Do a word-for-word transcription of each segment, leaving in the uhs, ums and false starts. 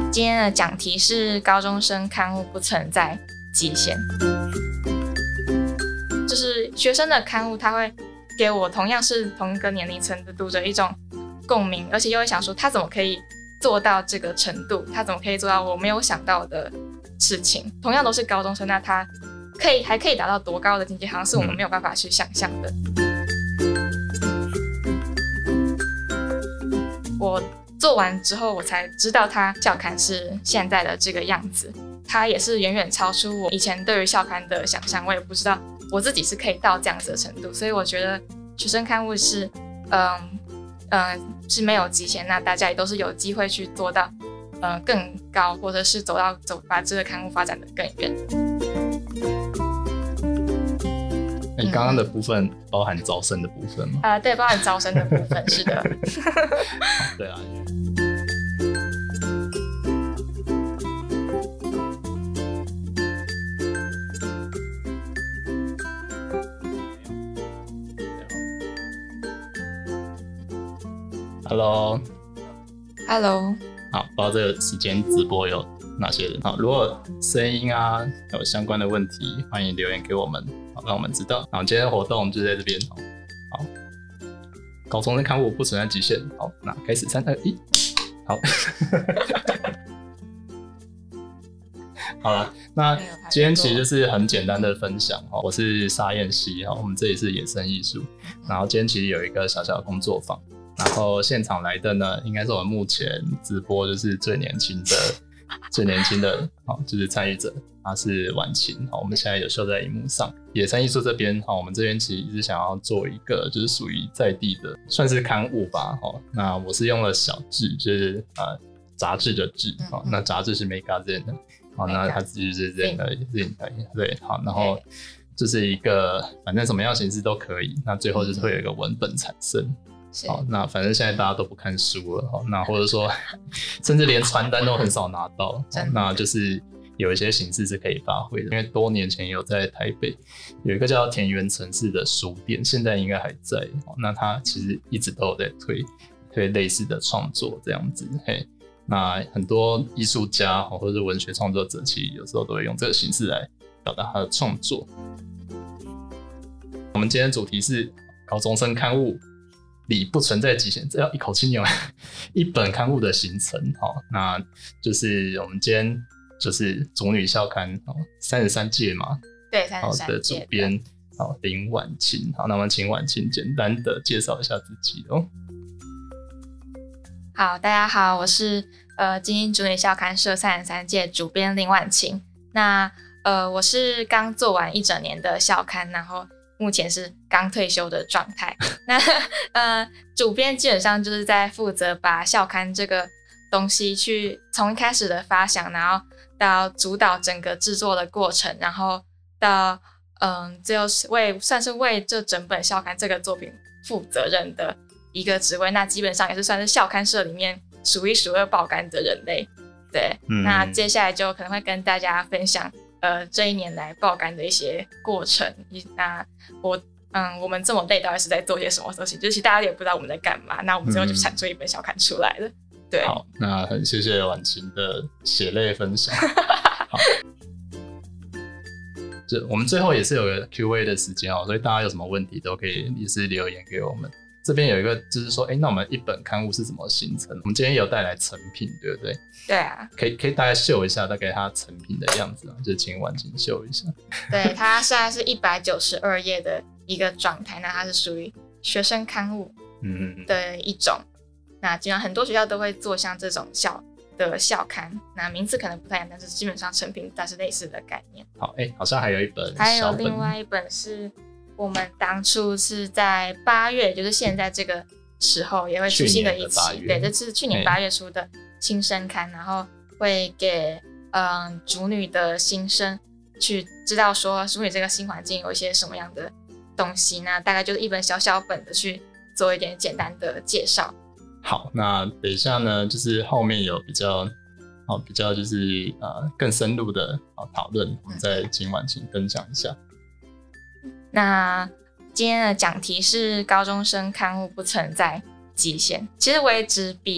今天的讲题是高中生刊物不存在极限。就是学生的刊物，它会给我同样是同一个年龄层的读者一种共鸣，而且又会想说他怎么可以做到这个程度，他怎么可以做到我没有想到的事情。同样都是高中生，那他可以还可以达到多高的境界，好像是我们没有办法去想象的。我做完之后，我才知道他校刊是现在的这个样子，他也是远远超出我以前对于校刊的想象，我也不知道我自己是可以到这样子的程度，所以我觉得学生刊物是，嗯嗯是没有极限，那大家也都是有机会去做到，呃更高，或者是走到走把这个刊物发展得更远。 你刚刚的部分包含招生的部分吗？ 啊、呃，对，包含招生的部分，是的。 对啊。 Hello。Hello。 好，不知道这个时间直播有哪些人？好，如果声音啊有相关的问题，欢迎留言给我们，好让我们知道。然后今天的活动就在这边。好，高中生刊物不存在极限。好，那开始，三二一，好。好了，那今天其实就是很简单的分享。我是沙燕熙，我们这里是野生艺术。然后今天其实有一个小小的工作坊。然后现场来的呢，应该是我们目前直播就是最年轻的、最年轻的，就是参与者，他是婉晴。我们现在有秀在荧幕上。野生艺术这边，我们这边其实一直想要做一个就是属于在地的，算是刊物吧。那我是用了小志，就是呃杂志的志，那杂志是 magazine 的，好，那它就是 zen 的 zen 对，好，然后就是一个反正什么样的形式都可以，那最后就是会有一个文本产生。好，那反正现在大家都不看书了，好，那或者说甚至连传单都很少拿到，那就是有一些形式是可以发挥的。因为多年前有在台北有一个叫田园城市的书店，现在应该还在，那它其实一直都有在推推类似的创作这样子。嘿，那很多艺术家或者是文学创作者，其实有时候都会用这个形式来表达他的创作。我们今天的主题是高中生刊物里不存在极限，这要一口气念完一本刊物的形成。好，那就是我们今天就是竹女校刊三十三届嘛， 对，三十三届的主编好林婉晴。好，那我们请婉晴简单的介绍一下自己哦。 好，大家好，我是呃精英竹女校刊社三十三届主编林婉晴。那呃我是刚做完一整年的校刊，然后目前是刚退休的状态。那呃，主编基本上就是在负责把校刊这个东西去从一开始的发想，然后到主导整个制作的过程，然后到嗯，最后为算是为这整本校刊这个作品负责任的一个职位。那基本上也是算是校刊社里面数一数二爆肝的人类。对，嗯、那接下来就可能会跟大家分享。呃，这一年来爆肝的一些过程，那我嗯，我们这么累，到底是在做些什么东西？就是大家也不知道我们在干嘛，那我们最后就产出一本校刊出来了。嗯、对， 好，那很谢谢婉晴的血泪分享。好，这我们最后也是有个 Q A 的时间哦，所以大家有什么问题都可以也是留言给我们。这边有一个就是说，哎，那我们一本刊物是怎么形成？我们今天有带来成品，对不对？ 对啊， 可以可以大概秀一下大概它成品的样子，就请婉晴秀一下。 对，它现在是一百九十二页的一个状态，那它是属于学生刊物的一种。嗯、那基本上很多学校都会做像这种校的校刊，那名字可能不太一样，但是基本上成品它是类似的概念。 好，哎，好像还有一本小本， 还有另外一本是。我们当初是在八月，就是现在这个时候也会出新的一期，对，这是去年八月出的新生刊，然后会给嗯竹女的新生去知道说竹女这个新环境有一些什么样的东西，那大概就是一本小小本的去做一点简单的介绍。 好，那等一下呢，就是后面有比较好比较就是呃更深入的讨论，我们再请婉晴分享一下。 那今天的讲题是高中生刊物不存在极限。其实我也只比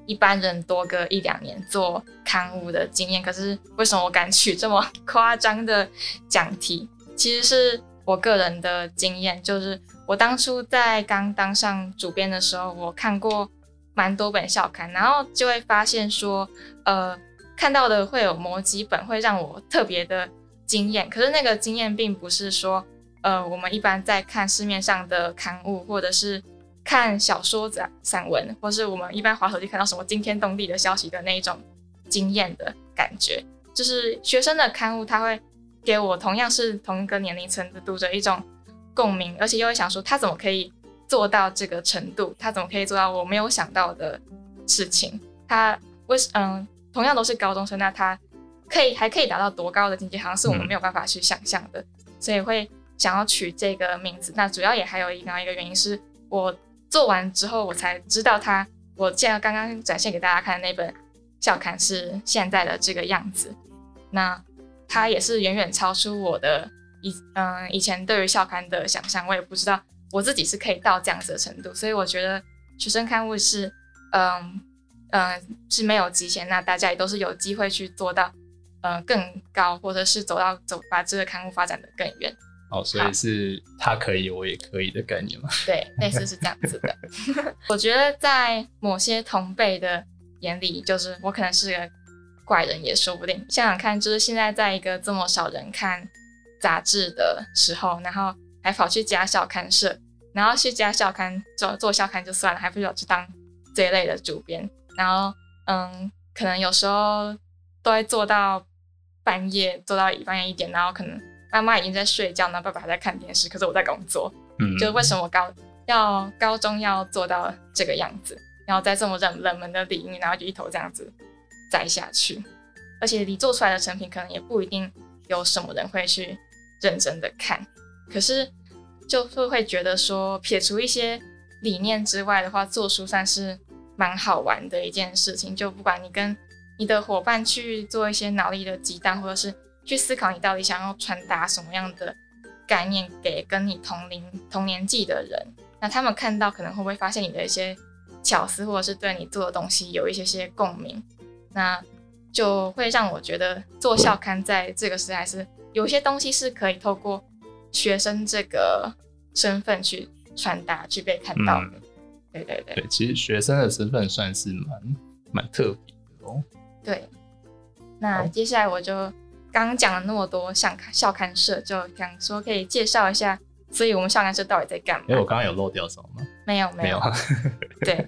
一般人多个一两年做刊物的经验，可是为什么我敢取这么夸张的讲题？其实是我个人的经验，就是我当初在刚当上主编的时候，我看过蛮多本校刊，然后就会发现说，呃，看到的会有某几本会让我特别的惊艳，可是那个经验并不是说，呃，我们一般在看市面上的刊物，或者是看小说散文，或是我们一般滑手机看到什么惊天动地的消息的那一种惊艳的感觉，就是学生的刊物，它会给我同样是同一个年龄层的读者一种共鸣，而且又会想说他怎么可以做到这个程度，他怎么可以做到我没有想到的事情，他为嗯同样都是高中生，那他可以还可以达到多高的境界，好像是我们没有办法去想象的、嗯、所以会想要取这个名字。那主要也还有一个原因是我做完之后我才知道他，我现在刚刚展现给大家看的那本校刊是现在的这个样子，那它也是远远超出我的以嗯以前对于校刊的想象，我也不知道我自己是可以到这样子的程度，所以我觉得学生刊物是嗯嗯是没有极限，那大家也都是有机会去做到呃更高，或者是走到走把这个刊物发展得更远。 哦，所以是他可以我也可以的概念吗？ 对，类似是这样子的。我觉得在某些同辈的眼里，就是我可能是个怪人也说不定。想想看，就是现在在一个这么少人看杂志的时候，然后还跑去加校刊社，然后去加校刊做做校刊就算了，还不如去当这一类的主编，然后嗯，可能有时候都会做到半夜，做到半夜一点，然后可能妈妈已经在睡觉，然后爸爸还在看电视，可是我在工作。嗯，就为什么高要高中要做到这个样子，然后在这么冷冷门的领域，然后就一头这样子栽下去，而且你做出来的成品可能也不一定有什么人会去认真的看，可是就是会觉得说，撇除一些理念之外的话，做书算是蛮好玩的一件事情。就不管你跟你的伙伴去做一些脑力的激荡，或者是去思考你到底想要传达什么样的概念给跟你同龄同年纪的人，那他们看到可能会不会发现你的一些巧思，或者是对你做的东西有一些些共鸣，那就会让我觉得做校刊在这个时代是有些东西是可以透过学生这个身份去传达去被看到的、嗯、对对对， 对，其实学生的身份算是蛮蛮特别的哦。 对，那接下来我就刚刚讲了那么多校刊社，就想说可以介绍一下，所以我们校刊社到底在干嘛？ 因为我刚刚有漏掉什么吗？ 没有没有，对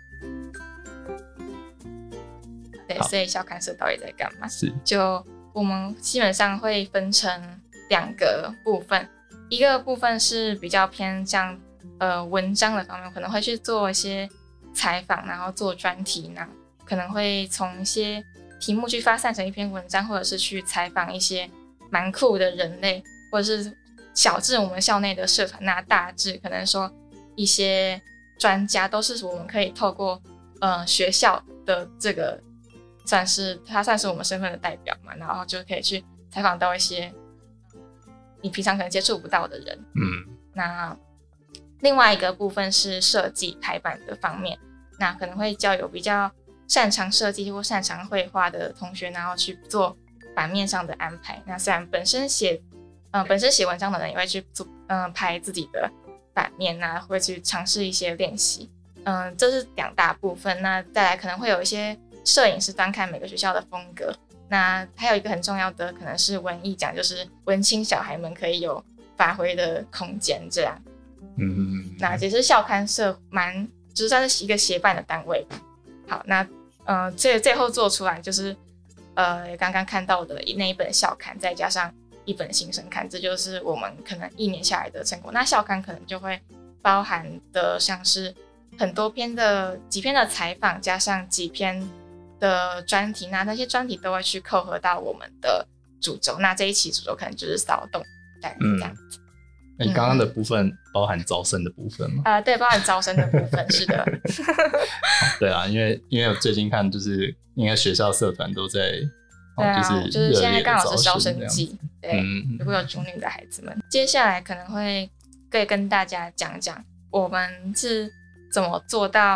对，所以校刊社到底在干嘛？ 是就我们基本上会分成两个部分，一个部分是比较偏向呃文章的方面，可能会去做一些采访，然后做专题，那可能会从一些题目去发散成一篇文章，或者是去采访一些蛮酷的人类，或者是小至我们校内的社团，那大致可能说一些专家，都是我们可以透过呃学校的这个算是他算是我们身份的代表嘛，然后就可以去采访到一些你平常可能接触不到的人。 嗯， 那另外一个部分是设计排版的方面，那可能会交由比较擅长设计或擅长绘画的同学，然后去做版面上的安排。那虽然本身写呃本身写文章的人也会去做嗯、呃、排自己的版面，那会去尝试一些练习。嗯、呃，这是两大部分。那再来可能会有一些摄影师端看每个学校的风格。那还有一个很重要的可能是文艺奖，就是文青小孩们可以有发挥的空间这样。 嗯， 那其实校刊社蛮就是算是一个协办的单位。好，那呃最最后做出来就是呃刚刚看到的那一本校刊，再加上一本新生刊，这就是我们可能一年下来的成果。那校刊可能就会包含的像是很多篇的几篇的采访，加上几篇的专题，那那些专题都会去扣合到我们的主轴。那这一期主轴可能就是骚动，大概是这样子。 你刚刚的部分包含招生的部分吗？ 啊、呃，对，包含招生的部分，是的。 对啊，因为因为我最近看就是应该学校社团都在， 对啊， 就是就是现在刚好是招生季，对， 嗯， 如果有主女的孩子们，接下来可能会可以跟大家讲讲我们是怎么做到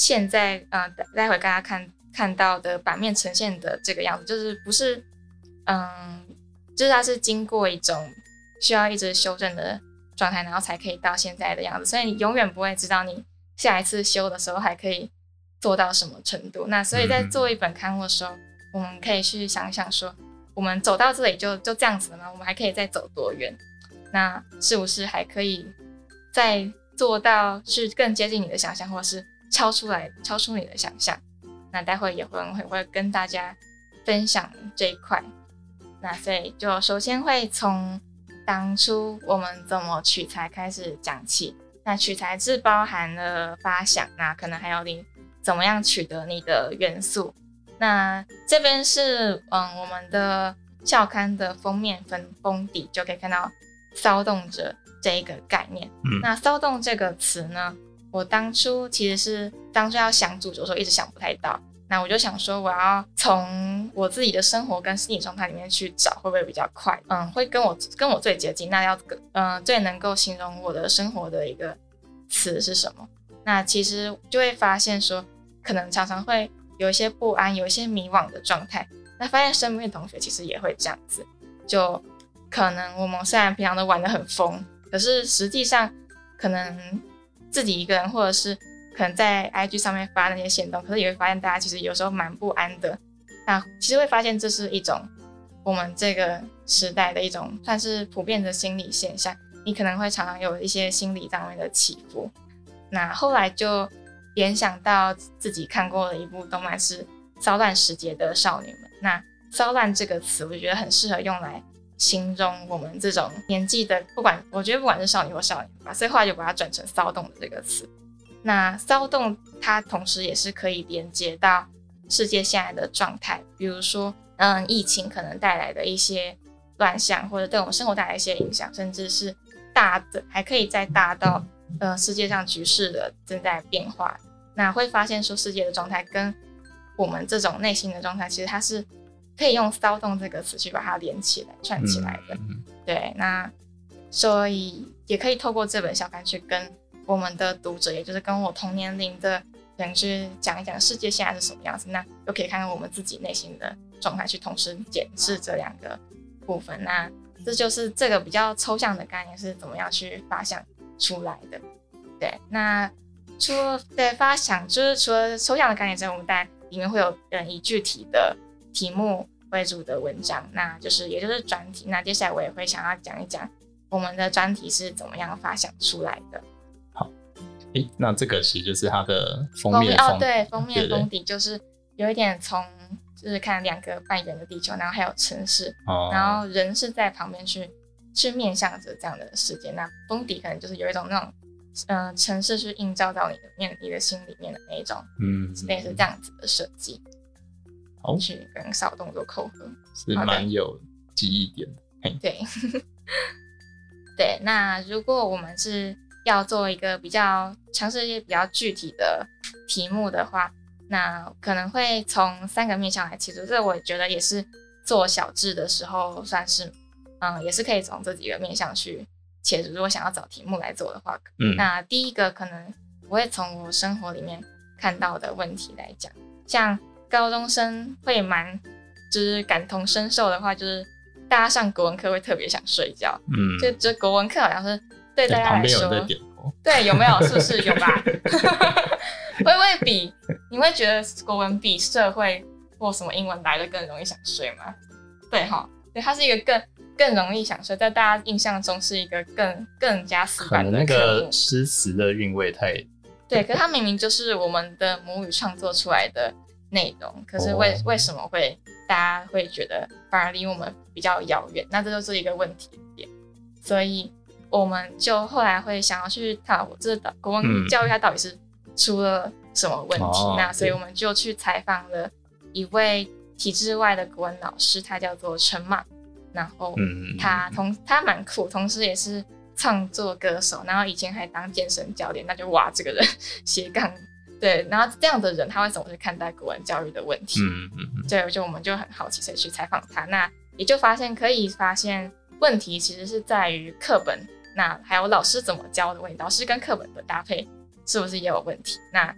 现在呃待会大家看看到的版面呈现的这个样子，就是不是嗯，就是它是经过一种需要一直修正的状态，然后才可以到现在的样子，所以你永远不会知道你下一次修的时候还可以做到什么程度。那所以在做一本刊物的时候，我们可以去想想说，我们走到这里就就这样子了吗？我们还可以再走多远？那是不是还可以再做到是更接近你的想象，或者是超出来超出你的想象？那待会也会会会跟大家分享这一块。那所以就首先会从当初我们怎么取材开始讲起。那取材是包含了发想，那可能还有你怎么样取得你的元素。那这边是嗯我们的校刊的封面分封底，就可以看到骚动着这一个概念。嗯、那骚动这个词呢，我当初其实是当初要想主轴的时候一直想不太到。那我就想说，我要从我自己的生活跟心理状态里面去找，会不会比较快？嗯，会跟我跟我最接近。那要嗯、呃、最能够形容我的生活的一个词是什么？那其实就会发现说，可能常常会有一些不安，有一些迷惘的状态。那发现身边的同学其实也会这样子，就可能我们虽然平常都玩得很疯，可是实际上可能自己一个人，或者是可能在 I G 上面发那些限动，可是也会发现大家其实有时候蛮不安的。那其实会发现这是一种我们这个时代的一种算是普遍的心理现象，你可能会常常有一些心理上面的起伏。那后来就联想到自己看过的一部动漫是骚乱时节的少女们。那骚乱这个词我觉得很适合用来形容我们这种年纪的，不管我觉得不管是少女或少年吧，所以后来就把它转成骚动的这个词。那骚动它同时也是可以连接到世界现在的状态，比如说嗯，疫情可能带来的一些乱象，或者对我们生活带来一些影响，甚至是大的还可以再大到呃世界上局势的正在变化。那会发现说世界的状态跟我们这种内心的状态，其实它是可以用骚动这个词去把它连起来串起来的。嗯、对，那所以也可以透过这本校刊去跟我们的读者，也就是跟我同年龄的人去讲一讲世界现在是什么样子，那又可以看看我们自己内心的状态，去同时检视这两个部分。那这就是这个比较抽象的概念是怎么样去发想出来的。对，那除了对发想，就是除了抽象的概念之外，我们当然里面会有嗯以具体的题目为主的文章，那就是也就是专题。那接下来我也会想要讲一讲我们的专题是怎么样发想出来的。 好，诶，那这个其实就是它的封面封哦，对，封面封底就是有一点从就是看两个半圆的地球，然后还有城市，哦、然后人是在旁边去去面向着这样的世界。那封底可能就是有一种那种呃城市去映照到你的面你的心里面的那一种，嗯，类似这样子的设计。好，去跟骚动做扣合， 是蛮有记忆点的。 对，对。那如果我们是要做一个比较尝试一些比较具体的题目的话，那可能会从三个面向来切入。这我觉得也是做小志的时候算是，嗯，也是可以从这几个面向去切入。如果想要找题目来做的话，嗯，那第一个可能我会从我生活里面看到的问题来讲，像高中生会蛮就是感同身受的话，就是大家上国文课会特别想睡觉，嗯，就就国文课好像是对大家来说， 旁边有人在点头， 对，有没有？是不是有吧？会不会比你会觉得国文比社会或什么英文来的更容易想睡吗？对哈，对，它是一个更更容易想睡，在大家印象中是一个更更加死板的科目。 可能那个诗词的韵味太对，可是它明明就是我们的母语创作出来的内容，可是为、oh. 为什么会大家会觉得反而离我们比较遥远？那这就是一个问题点，所以我们就后来会想要去探讨这国文教育它到底是出了什么问题。嗯、那所以我们就去采访了一位体制外的国文老师，他叫做陈莽，然后他同他蛮酷，同时也是创作歌手，然后以前还当健身教练，那就哇，这个人斜杠。对，然后这样的人他会怎么去看待国文教育的问题？嗯嗯嗯，对，就我们就很好奇，所以去采访他。那也就发现，可以发现问题其实是在于课本，那还有老师怎么教的问题，老师跟课本的搭配是不是也有问题？那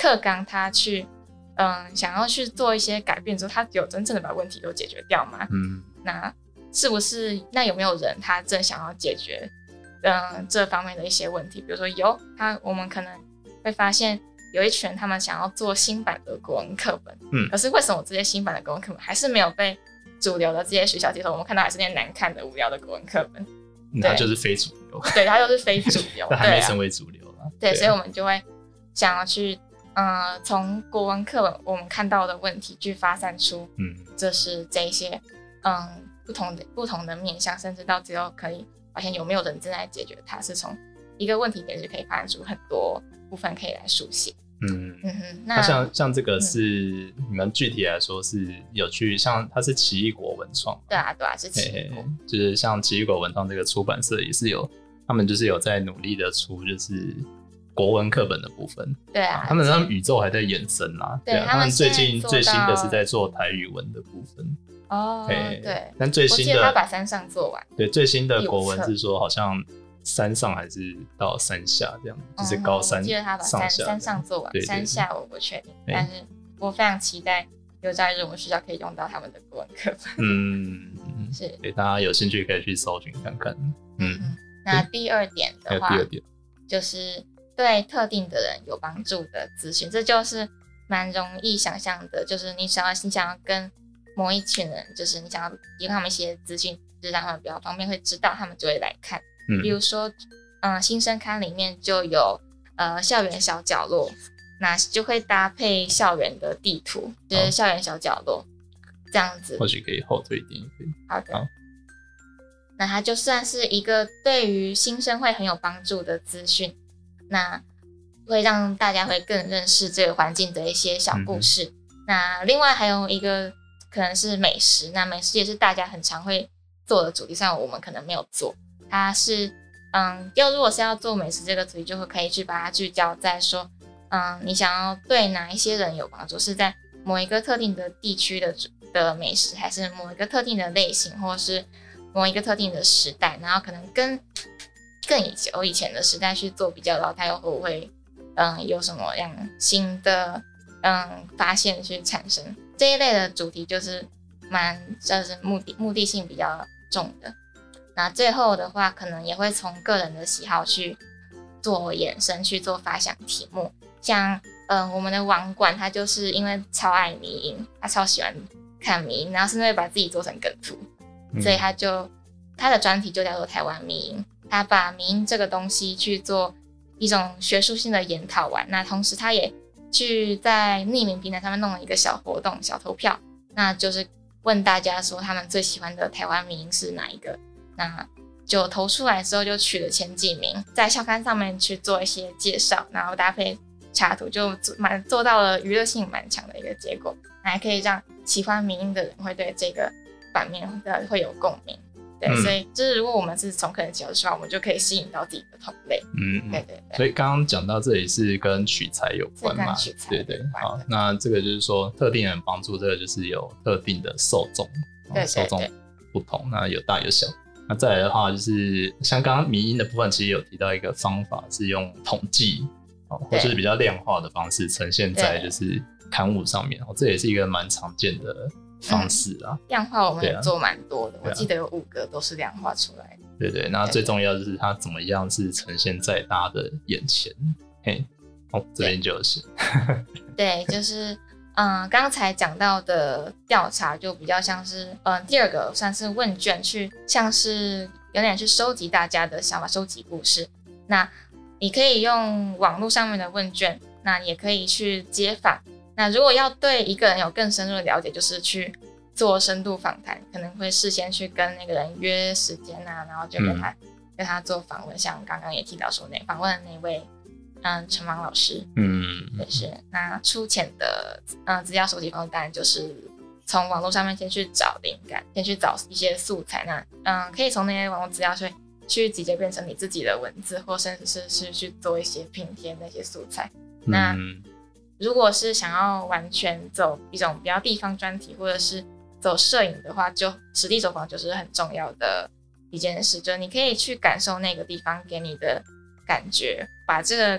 课纲他去嗯想要去做一些改变之后，他有真正的把问题都解决掉吗？嗯，那是不是那有没有人他正想要解决嗯这方面的一些问题？比如说有他，我们可能会发现有一群人他们想要做新版的国文课本，嗯，可是为什么这些新版的国文课本还是没有被主流的这些学校接受？我们看到还是那些难看的无聊的国文课本， 它就是非主流， 对，它就是非主流， 但还没成为主流啦。 对，对，所以我们就会想要去，呃，从国文课本我们看到的问题去发散出，嗯，这是这一些，嗯，不同的不同的面向，甚至到最后可以发现有没有人正在解决它，是从一个问题点就可以发展出很多部分可以来书写。嗯嗯哼，那像像这个是、嗯、你们具体来说是有去像它是奇异果文创， 对啊对啊是奇异果， 就是像奇异果文创这个出版社也是有，他们就是有在努力的出就是国文课本的部分， 对啊， 他们他们宇宙还在延伸啊， 对啊， 他们最近最新的是在做台语文的部分。 哦，对， 但最新的我记得他把山上做完， 对，最新的国文是说好像山上还是到山下这样，就是高山上下、嗯、我记得他把 山, 山上做完，对对对，山下我不确定，但是我非常期待有在日文学校可以用到他们的国文课本。嗯，是， 对，大家有兴趣可以去搜寻看看。嗯， 嗯那第二点的话，第二点就是对特定的人有帮助的资讯，这就是蛮容易想象的，就是你想要你想要跟某一群人，就是你想要提供他们一些资讯，就是让他们比较方便会知道，他们就会来看。嗯、比如说，嗯、呃，新生刊里面就有呃校园小角落，那就会搭配校园的地图，就是校园小角落、哦、这样子。 或许可以后退一点，可以。 好的。好，那它就算是一个对于新生会很有帮助的资讯，那会让大家会更认识这个环境的一些小故事。嗯、那另外还有一个可能是美食，那美食也是大家很常会做的主题，虽然我们可能没有做。它是，嗯，要如果是要做美食这个主题，就会可以去把它聚焦在说，嗯，你想要对哪一些人有帮助，是在某一个特定的地区的的美食，还是某一个特定的类型，或是某一个特定的时代，然后可能跟更久以前的时代去做比较，然后它又会不会，嗯，有什么样新的嗯发现去产生这一类的主题，就是蛮就是目的目的性比较重的。那最后的话，可能也会从个人的喜好去做衍生，去做发想题目。像，呃，我们的网管他就是因为超爱迷因，他超喜欢看迷因，然后甚至会把自己做成梗图，嗯、所以他就他的专题就叫做台湾迷因。他把迷因这个东西去做一种学术性的研讨完，那同时他也去在匿名平台上面弄了一个小活动、小投票，那就是问大家说他们最喜欢的台湾迷因是哪一个。那就投出来之后就取了前几名，在校刊上面去做一些介绍，然后搭配插图，就蛮做到了娱乐性蛮强的一个结果，还可以让喜欢迷因的人会对这个版面的会有共鸣。对、嗯，所以就是如果我们是从个人角度出发，我们就可以吸引到自己的同类。嗯，对对对。 所以刚刚讲到这里是跟取材有关嘛？ 取材对对。好，那这个就是说特定人帮助，这个就是有特定的受众， 对对对， 受众不同，那有大有小。那再来的话，就是像刚刚迷因的部分，其实有提到一个方法是用统计，或者是比较量化的方式呈现在就是刊物上面，这也是一个蛮常见的方式啊。 嗯、量化我们也做蛮多的、啊，我记得有五个都是量化出来的。 对对，那最重要就是它怎么样是呈现在大家的眼前。嘿，哦，这边就有写。 对，就是。嗯，刚才讲到的调查就比较像是，嗯，第二个算是问卷，去像是有点去收集大家的想法，收集故事。那你可以用网络上面的问卷，那也可以去街访。那如果要对一个人有更深入的了解，就是去做深度访谈，可能会事先去跟那个人约时间啊，然后就跟他、嗯、跟他做访问。像刚刚也提到说，那访问的那位。嗯，陈芒老师，嗯，也是。那粗浅的嗯资料收集方式，当然就是从网络上面先去找灵感，先去找一些素材。那嗯，可以从那些网络资料去去直接变成你自己的文字，或甚至是是去做一些拼贴那些素材。嗯、那如果是想要完全走一种比较地方专题，或者是走摄影的话，就实地走访就是很重要的一件事，就是你可以去感受那个地方给你的感觉，把这个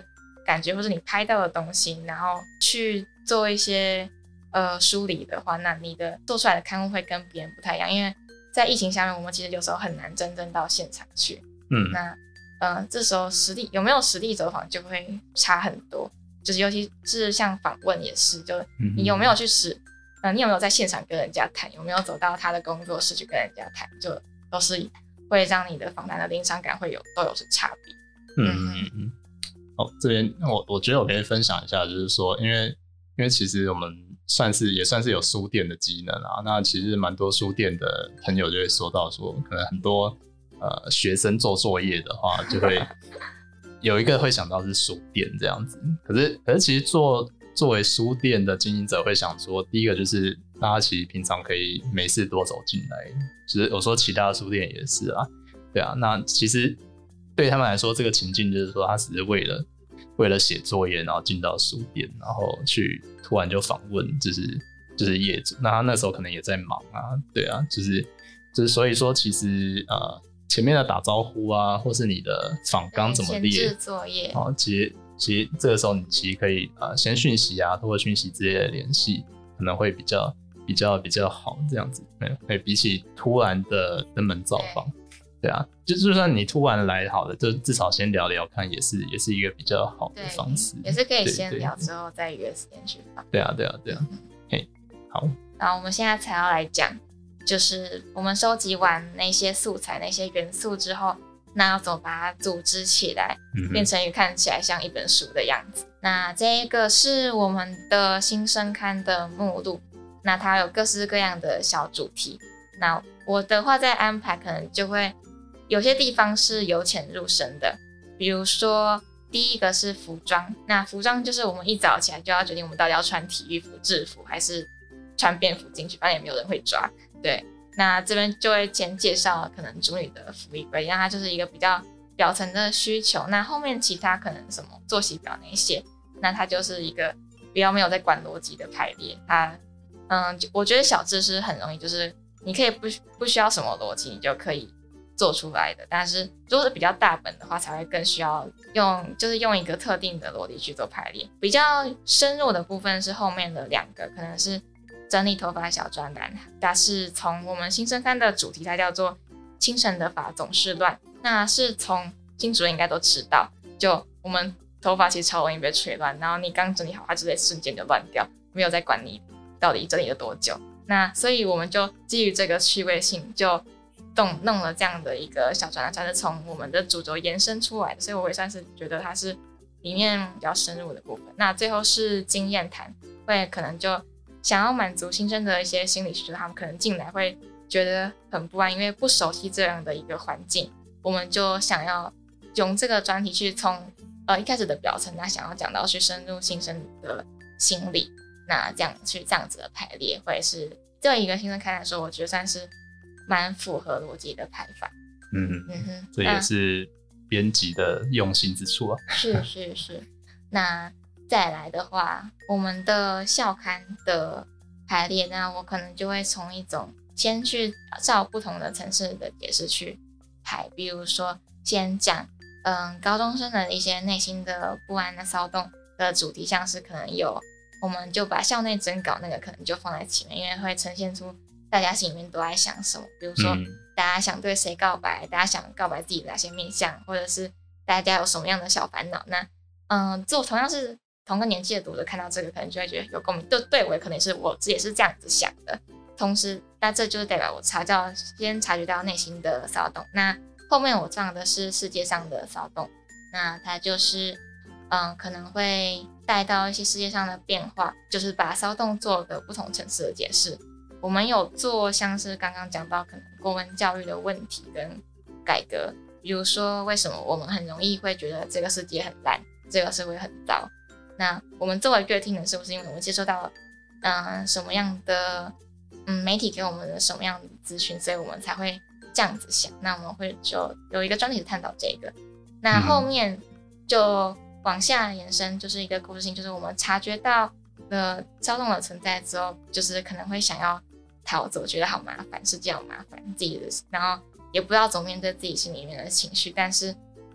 感觉或者你拍到的东西，然后去做一些呃梳理的话，那你的做出来的刊物会跟别人不太一样，因为在疫情下面，我们其实有时候很难真正到现场去。嗯，那呃这时候实地有没有实地走访就会差很多，就是尤其是像访问也是，就你有没有去实，呃你有没有在现场跟人家谈，有没有走到他的工作室去跟人家谈，就都是会让你的访谈的临场感会有都有是差别。 嗯嗯嗯。哦，这边我我觉得我可以分享一下，就是说，因为因为其实我们算是也算是有书店的机能啊，那其实蛮多书店的朋友就会说到说，可能很多呃学生做作业的话，就会有一个会想到是书店这样子。可是可是其实做作为书店的经营者会想说，第一个就是大家其实平常可以没事多走进来，就是有时候其他的书店也是啊，对啊，那其实对他们来说，这个情境就是说，他只是为了为了写作业，然后进到书店，然后去突然就访问，就是就是业主。那他那时候可能也在忙啊，对啊，就是就是所以说，其实呃前面的打招呼啊，或是你的访纲怎么列， 前置作业， 哦，其实其实这个时候你其实可以呃先讯息啊，透过讯息之类的联系，可能会比较比较比较好这样子，对，比起突然的登门造访。对啊，就就算你突然来好了，就至少先聊聊看，也是也是一个比较好的方式， 也是可以先聊之后再约时间去访。 对啊，对啊，对啊。嗯、嘿，好。 然后我们现在才要来讲，就是我们收集完那些素材、那些元素之后，那要怎么把它组织起来，嗯、变成看起来像一本书的样子。那这个是我们的新生刊的目录，那它有各式各样的小主题。那我的话在安排可能就会。有些地方是由浅入深的，比如说第一个是服装，那服装就是我们一早起来就要决定我们到底要穿体育服、制服还是穿便服进去，反正也没有人会抓。对，那这边就会先介绍可能主女的服役规定，那它就是一个比较表层的需求。那后面其他可能什么作息表那些，那它就是一个比较没有在管逻辑的排列。它，嗯，我觉得小知识很容易，就是你可以不不需要什么逻辑，你就可以做出来的，但是如果是比较大本的话，才会更需要用，就是用一个特定的逻辑去做排列。比较深入的部分是后面的两个，可能是整理头发小专栏，它是从我们新生刊的主题，它叫做清晨的发总是乱，那是从新主任应该都知道，就我们头发其实超容易被吹乱，然后你刚整理好，它就在瞬间就乱掉，没有在管你到底整理了多久。那所以我们就基于这个趣味性，就弄弄了这样的一个小专栏，它是从我们的主轴延伸出来的，所以我也算是觉得它是里面比较深入的部分。那最后是经验谈，会可能就想要满足新生的一些心理需求，他们可能进来会觉得很不安，因为不熟悉这样的一个环境，我们就想要用这个专题去从呃一开始的表层，那想要讲到去深入新生的心理，那这样去这样子的排列，会是对一个新生开来说，我觉得算是蛮符合逻辑的排法。 嗯嗯哼，这也是编辑的用心之处啊。 是是是。那再来的话，我们的校刊的排列，那我可能就会从一种先去照不同的层次的解释去排，比如说先讲嗯高中生的一些内心的不安的骚动的主题，像是可能有，我们就把校内征稿那个可能就放在前面，因为会呈现出大家心里面都在想什么，比如说、嗯、大家想对谁告白，大家想告白自己的哪些面向，或者是大家有什么样的小烦恼。那嗯，做同样是同个年纪的读者看到这个，可能就会觉得有共鸣，就对我可能是我自己也是这样子想的。同时，那这就是代表我察觉先察觉到内心的骚动。那后面我放的是世界上的骚动，那它就是嗯可能会带到一些世界上的变化，就是把骚动做个不同层次的解释。我们有做像是刚刚讲到可能国文教育的问题跟改革，比如说为什么我们很容易会觉得这个世界很烂，这个社会很糟。那我们作为乐听人，是不是因为我们接收到嗯什么样的嗯媒体给我们的什么样的资讯，所以我们才会这样子想。那我们会就有一个专题探讨这个。那后面就往下延伸，就是一个故事性，就是我们察觉到了骚动的存在之后，就是可能会想要逃走，觉得好麻烦，世界好麻烦，自己的，然后也不知道怎么面对自己心里面的情绪，但是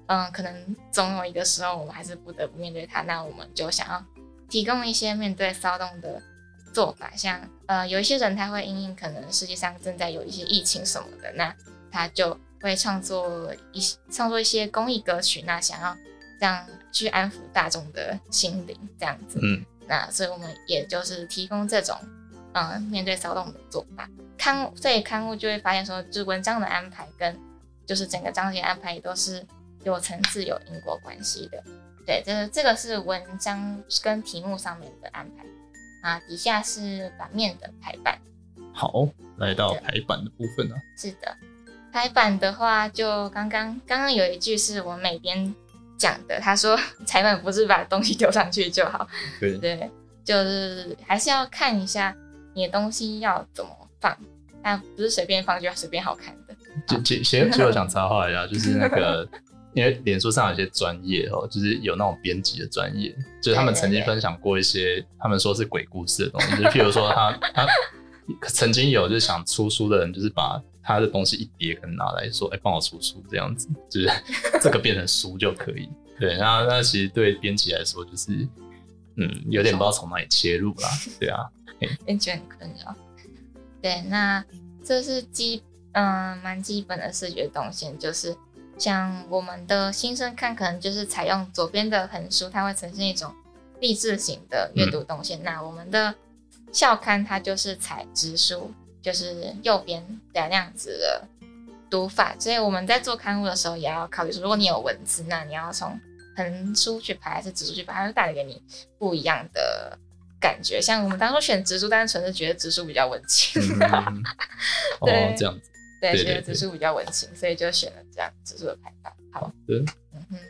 嗯，可能总有一个时候我们还是不得不面对它，那我们就想要提供一些面对骚动的做法，像呃有一些人他会因应可能世界上正在有一些疫情什么的，那他就会创作一创作一些公益歌曲，那想要这样去安抚大众的心灵这样子。嗯，那所以我们也就是提供这种嗯、呃、面对骚动的做法。刊所以刊物就会发现说，就是文章的安排跟就是整个章节安排也都是有层次有因果关系的。对，这这个是文章跟题目上面的安排啊，底下是版面的排版。 好，来到排版的部分了。 是的，排版的话，就刚刚刚刚有一句是我美编讲的，他说排版不是把东西丢上去就好，对对，就是还是要看一下你的东西要怎么放，但不是随便放就要随便好看的。 就其实我想插话一下，就是那个。因为脸书上有些专业哦，就是有那种编辑的专业，就是他们曾经分享过一些他们说是鬼故事的东西，就是譬如说他他曾经有就是想出书的人，就是把他的东西一叠可能拿来说，哎，帮我出书这样子，就是这个变成书就可以。对，那那其实对编辑来说，就是嗯，有点不知道从哪里切入啦，对啊， 编辑很困扰。对，那这是基嗯蛮基本的视觉动线，就是。像我们的新生刊可能就是采用左边的横书，它会呈现一种励志型的阅读动线、嗯、那我们的校刊它就是采直书，就是右边的那样子的读法，所以我们在做刊物的时候也要考虑说，如果你有文字，那你要从横书去排还是直书去排，它会带给你不一样的感觉。像我们当初选直书，单纯是觉得直书比较文青、 嗯、对、哦、这样子对，觉得直书比较文青，所以就选了这样直书的排版。好的，嗯哼。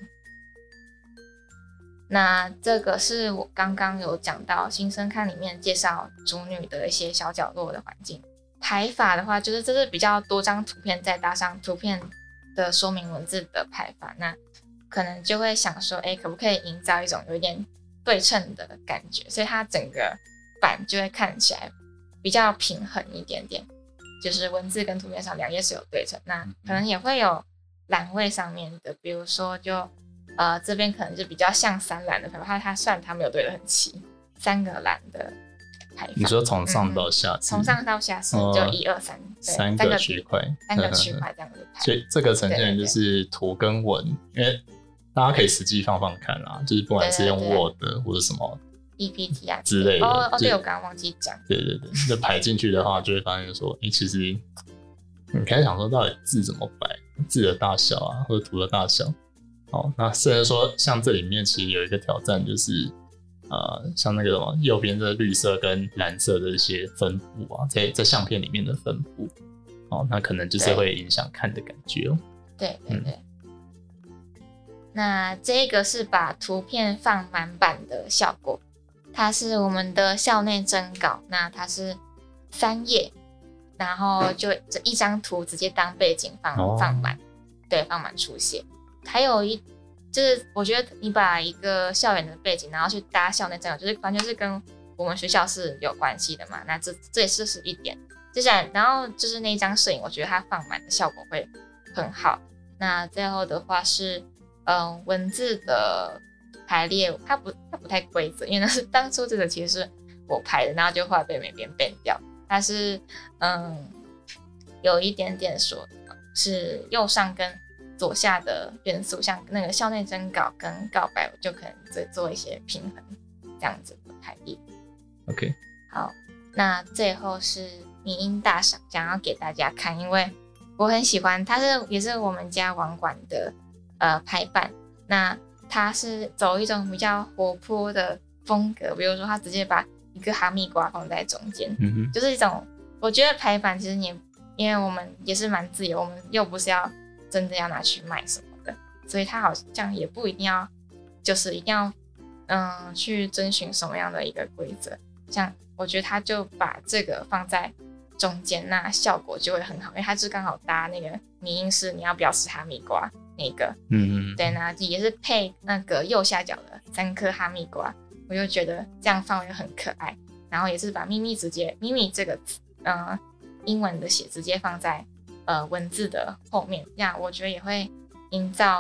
那这个是我刚刚有讲到新生刊里面介绍主女的一些小角落的环境排法的话，就是这是比较多张图片再搭上图片的说明文字的排法。那可能就会想说，哎，可不可以营造一种有一点对称的感觉？所以它整个版就会看起来比较平衡一点点。就是文字跟图片上两页是有对称，那可能也会有栏位上面的，比如说就呃这边可能就比较像三栏的排法，它虽然它没有对得很齐，三个栏的排法。 你说从上到下？从、 嗯、上到下是就一二三， 三个区块， 三个区块这样子排。 所以这个呈现就是图跟文，因为大家可以实际放放看啊，就是不管是用 Word 或者什么。 P P T 啊之类的。 哦哦，对，我刚刚忘记讲。 对对对，就排进去的话，就会发现说，哎、欸，其实你开始想说，到底字怎么摆，字的大小啊，或者图的大小。哦，那甚至说，像这里面其实有一个挑战，就是呃，像那个什么右边的绿色跟蓝色的一些分布啊，在在相片里面的分布，哦，那可能就是会影响看的感觉哦。 对对对。嗯、那这个是把图片放满版的效果。它是我们的校内征稿，那它是三页，然后就这一张图直接当背景放、哦、放满，对，放满出现。还有一就是我觉得你把一个校园的背景，然后去搭校内征稿，就是完全是跟我们学校是有关系的嘛。那这这也是是一点。接下来，然后就是那一张摄影，我觉得它放满的效果会很好。那最后的话是，嗯、呃，文字的。排列它不它不太规则，因为那是当初这个其实是我排的，然后就后来被美编 ban 掉。它是嗯有一点点说是右上跟左下的元素，像那个校内征稿跟告白，我就可能再做一些平衡这样子的排列。 OK， 好，那最后是迷因大赏，想要给大家看，因为我很喜欢，它是也是我们家网馆的呃排版，那。它是走一种比较活泼的风格，比如说它直接把一个哈密瓜放在中间、嗯，就是一种我觉得排版其实你因为我们也是蛮自由，我们又不是要真的要拿去卖什么的，所以它好像也不一定要就是一定要嗯去遵循什么样的一个规则。像我觉得它就把这个放在中间，那效果就会很好，因为它是刚好搭那个迷因是你要不要吃哈密瓜。那个，嗯，对，那也是配那个右下角的三颗哈密瓜，我就觉得这样放会很可爱。然后也是把咪咪直接咪咪这个词，呃，英文的写直接放在呃文字的后面，这样我觉得也会营造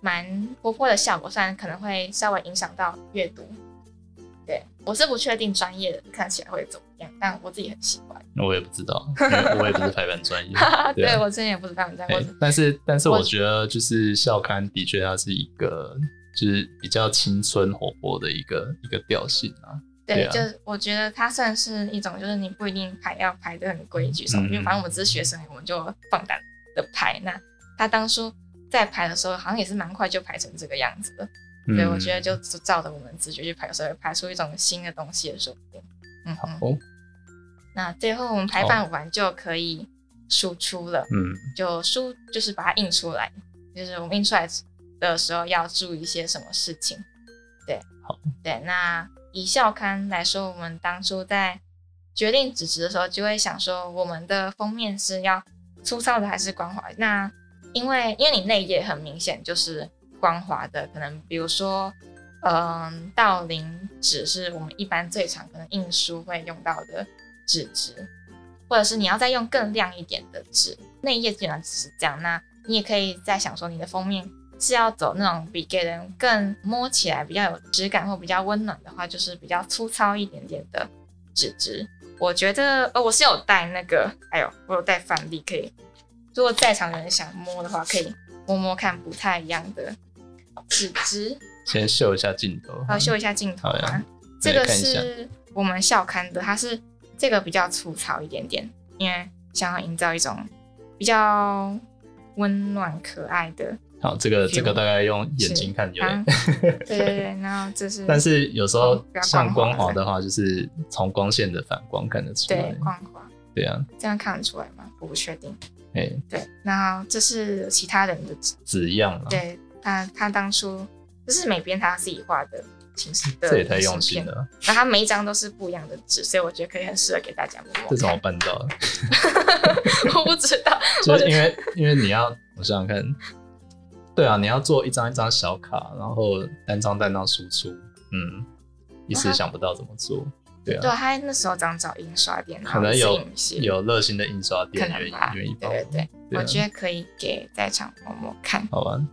蛮活泼的效果，虽然可能会稍微影响到阅读。对，我是不确定专业的看起来会怎么样，但我自己很喜欢。 我也不知道，因为我也不是排版专业。对, 对我之前也不是排版专业， 但是但是我觉得就是校刊的确它是一个就是比较青春活泼的一个一个调性啊。 对， 对啊， 就是我觉得它算是一种，就是你不一定排要排得很规矩什么，因为反正我们只是学生，我们就放胆的排。那他当初在排的时候，好像也是蛮快就排成这个样子的。所以我觉得就照着我们直觉去排，有时候会排出一种新的东西的说不定。嗯，好。那最后我们排版完就可以输出了。嗯，就输就是把它印出来，就是我们印出来的时候要注意一些什么事情。对， 好。 对，那以校刊来说，我们当初在决定纸质的时候，就会想说我们的封面是要粗糙的还是光滑？那因为因为你内页很明显就是光滑的，可能比如说，嗯，道林纸是我们一般最常可能印书会用到的纸质，或者是你要再用更亮一点的纸，内页基本上只是这样。那你也可以再想说，你的封面是要走那种比给人更摸起来比较有质感或比较温暖的话，就是比较粗糙一点点的纸质。我觉得，呃，我是有带那个，哎呦，我有带范例，可以，如果在场有人想摸的话，可以摸摸看不太一样的纸质。 先秀一下镜头， 好，秀一下镜头嘛。这个是我们校刊的，它是这个比较粗糙一点点，因为想要营造一种比较温暖可爱的。 好，这个这个大概用眼睛看有点、啊、 对对对，然后这是但是有时候像光滑的话，就是从光线的反光看得出来。 对，光滑。 对啊， 这样看得出来吗？我不确定。 哎， 对，然后这是其他人的纸纸样了。 对，他他当初这是美编他自己画的形式的， 这也太用心了。 那他每一张都是不一样的纸，所以我觉得可以很适合给大家摸摸。 这怎么办到的？ 我不知道， 就是因为因为你要，我想想看。对啊，你要做一张一张小卡，然后单张单张输出，嗯，一时想不到怎么做。对啊， 对，他那时候想找印刷店， 可能有有热心的印刷店愿意愿意帮。 对对对，我觉得可以给在场摸摸看， 好玩，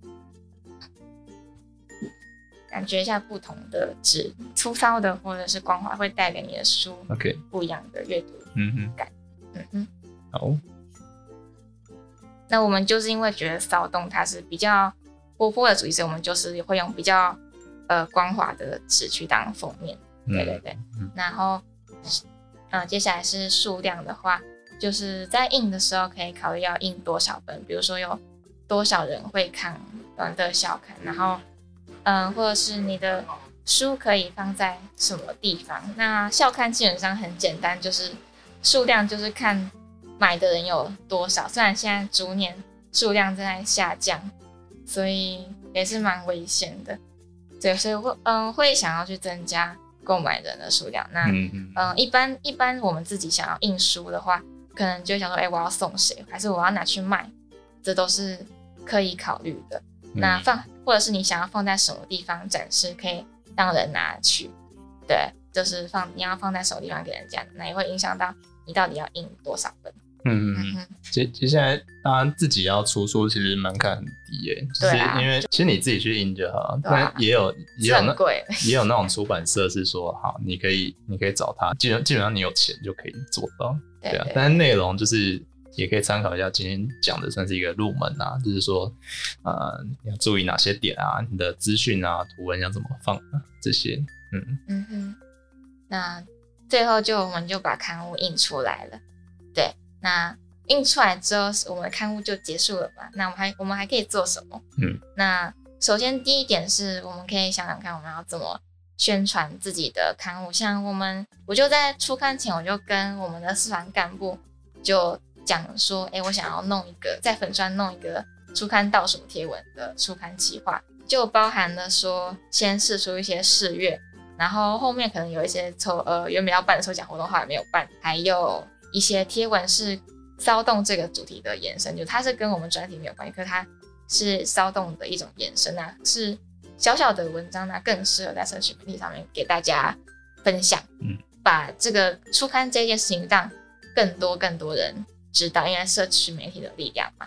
感觉一下不同的纸，粗糙的或者是光滑，会带给你的书 OK 不一样的阅读感。嗯哼， 好。 那我们就是因为觉得骚动它是比较活泼的主题，所以我们就是会用比较呃光滑的纸去当封面。嗯、对对对。嗯、然后，呃，接下来是数量的话，就是在印的时候可以考虑要印多少本，比如说有多少人会看我们的校刊，然后嗯、呃，或者是你的书可以放在什么地方。那校刊基本上很简单，就是数量就是看买的人有多少，虽然现在逐年数量正在下降，所以也是蛮危险的。对，所以会嗯会想要去增加购买人的数量。那嗯嗯一般一般我们自己想要印书的话，可能就会想说，哎、欸，我要送谁，还是我要拿去卖，这都是可以考虑的。嗯、那放或者是你想要放在什么地方展示，可以让人拿去。对，就是放你要放在什么地方给人家，那也会影响到你到底要印多少本。 嗯嗯嗯，接接下来当然自己要出书，其实门槛很低耶、欸，就是因为其实你自己去印就好，但、啊、也有也有那也有那种出版社是说，好，你可以你可以找他，基本基本上你有钱就可以做到，对, 对啊。但是内容就是也可以参考一下，今天讲的算是一个入门啊，就是说，呃，你要注意哪些点啊，你的资讯啊、图文要怎么放啊，这些，嗯嗯哼。那最后就我们就把刊物印出来了，对。那印出来之后，我们的刊物就结束了嘛？那我们还我们还可以做什么？嗯，那首先第一点是我们可以想想看，我们要怎么宣传自己的刊物。像我们，我就在出刊前，我就跟我们的社团干部就讲说，哎、欸，我想要弄一个在粉专弄一个出刊倒数贴文的出刊企划，就包含了说先释出一些试阅，然后后面可能有一些抽呃原本要办的抽奖活动后来没有办，还有一些贴文是骚动这个主题的延伸，就它是跟我们专题没有关系，可是它是骚动的一种延伸啊，是小小的文章呢，更适合在社群媒体上面给大家分享，嗯，把这个出刊这件事情让更多更多人知道，因为社群媒体的力量嘛。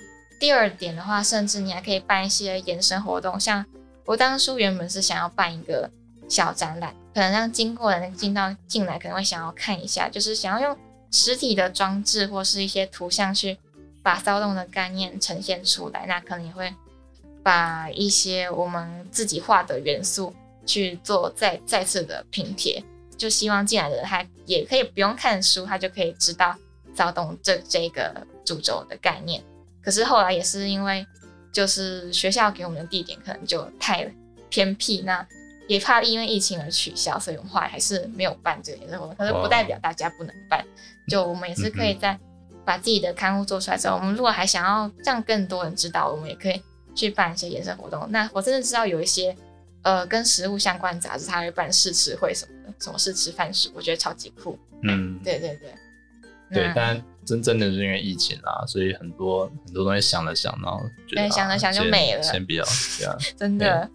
第二点的话，甚至你还可以办一些延伸活动，像我当初原本是想要办一个小展览，可能让经过的人进到进来可能会想要看一下，就是想要用实体的装置或是一些图像去把骚动的概念呈现出来，那可能也会把一些我们自己画的元素去做再再次的拼贴，就希望进来的人他也可以不用看书，他就可以知道骚动这这个主轴的概念。可是后来也是因为就是学校给我们的地点可能就太偏僻，那也怕因为疫情而取消，所以我们后来还是没有办这个演唱活动。可是不代表大家不能办，就我们也是可以在把自己的刊物做出来之后，我们如果还想要让更多人知道，我们也可以去办一些延伸活动。那我真的知道有一些呃跟食物相关的杂志，它会办试吃会什么的，什么试吃番薯，我觉得超级酷。嗯，对对对， 对，但真真的是因为疫情啦，所以很多很多东西想了想，然后觉得对想了想就没了， 先, 先不要，对啊， 真的。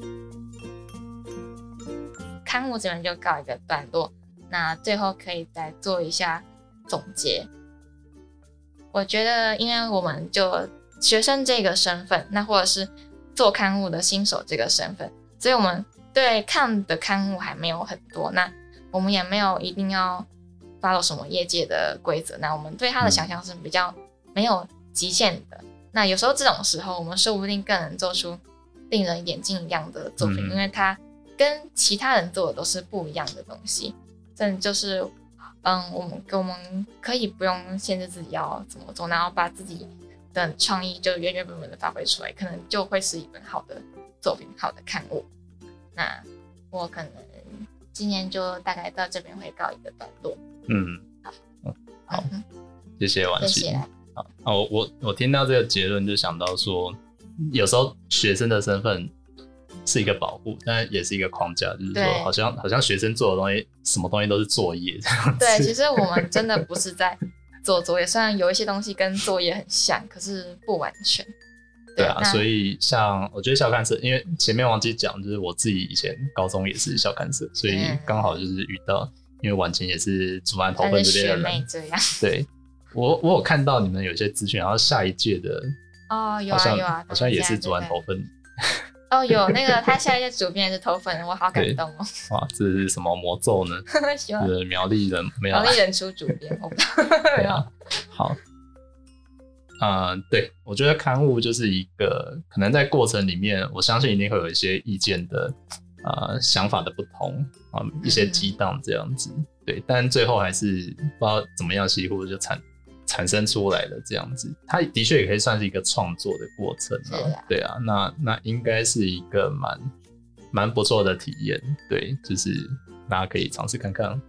刊物这边就告一个段落，那最后可以再做一下总结。我觉得，因为我们就学生这个身份，那或者是做刊物的新手这个身份，所以我们对看的刊物还没有很多，那我们也没有一定要 follow 什么业界的规则，那我们对它的想象是比较没有极限的。那有时候这种时候，我们说不定更能做出令人眼睛一亮的作品，嗯、因为它跟其他人做的都是不一样的东西。这就是，嗯，我们我们可以不用限制自己要怎么做，然后把自己的创意就原原本本的发挥出来，可能就会是一本好的作品，好的刊物。那我可能今年就大概到这边会告一个段落。 嗯，好，嗯、好，嗯、谢谢婉琪。 谢谢。 好，我我我听到这个结论就想到说，有时候学生的身份是一个保护，但也是一个框架，就是说好像好像学生做的东西，什么东西都是作业这样子。 对，其实我们真的不是在做作业，虽然有一些东西跟作业很像，可是不完全。 对啊，所以像我觉得校刊社，因为前面忘记讲，就是我自己以前高中也是校刊社，所以刚好就是遇到，因为婉晴也是主办头份这边的人， 学妹这样。 对，我我有看到你们有些资讯，然后下一届的哦，有啊有啊， 好像也是主办头份。 哦，有那个他下一届主编也是头份，我好感动哦。 哇，这是什么魔咒呢？是苗栗人， 苗栗人出主编，我不知道。 对啊，好。嗯、呃，对，我觉得刊物就是一个可能在过程里面，我相信一定会有一些意见的呃想法的不同啊、呃，一些激荡这样子，对，但最后还是不知道怎么样稀乎就产产生出来的这样子，它的确也可以算是一个创作的过程啊，啊对啊，那那应该是一个蛮蛮不错的体验，对，就是大家可以尝试看看。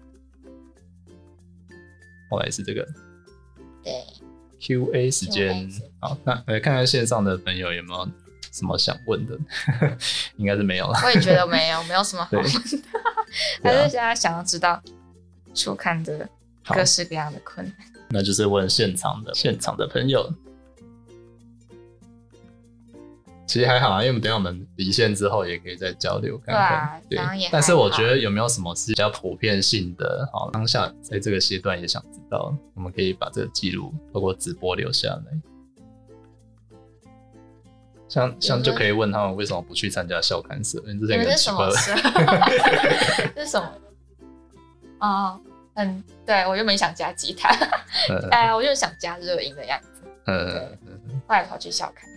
后来是这个， 对。 Q A 时间，好，那来看看线上的朋友有没有什么想问的，应该是没有了。 我也觉得没有，没有什么好问的，还是大家想要知道初刊的各式各样的困难。 那就是问现场的现场的朋友。其实还好啊，因为我们等一下我们离线之后也可以再交流看看。 对啊，对。 但是我觉得有没有什么是比较普遍性的，好，当下在这个阶段也想知道，我们可以把这个记录透过直播留下来。像像就可以问他们为什么不去参加校刊社，因为这是一个很奇怪的。 这是什么？哦，嗯，对我原本想加吉他，哎、呃，我就想加热音的样子。嗯，后来跑去校刊。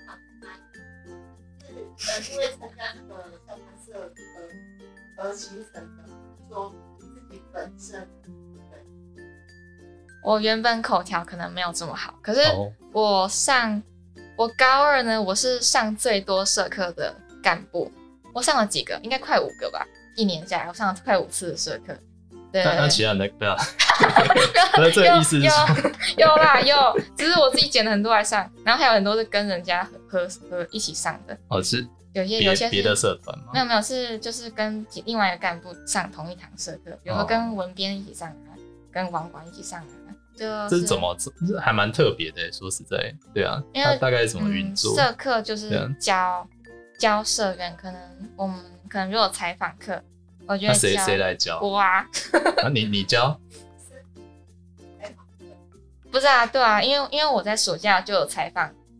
呃，因为参加那个校刊社而而形成的，说自己本身。对， 我原本口条可能没有这么好，可是我上我高二呢，我是上最多社课的干部，我上了几个，应该快五个吧，一年下来我上了快五次的社课。对， 那那其他人的不要，那这个意思是有有啦有，只是我自己捡了很多来上，然后还有很多是跟人家合合一起上的。 哦，是有些有些别的社团吗？ 没有没有，是就是跟另外一个干部上同一堂社课，比如说跟文编一起上啊，跟网管一起上啊。就这是怎么？还蛮特别的，说实在，对啊，因为大概是怎么运作？ 嗯、社课就是教教社员，可能我们可能如果采访课。我觉得那谁谁来教？ 我啊， 啊你你教？ 不是啊，对啊，因为因为我在暑假就有采访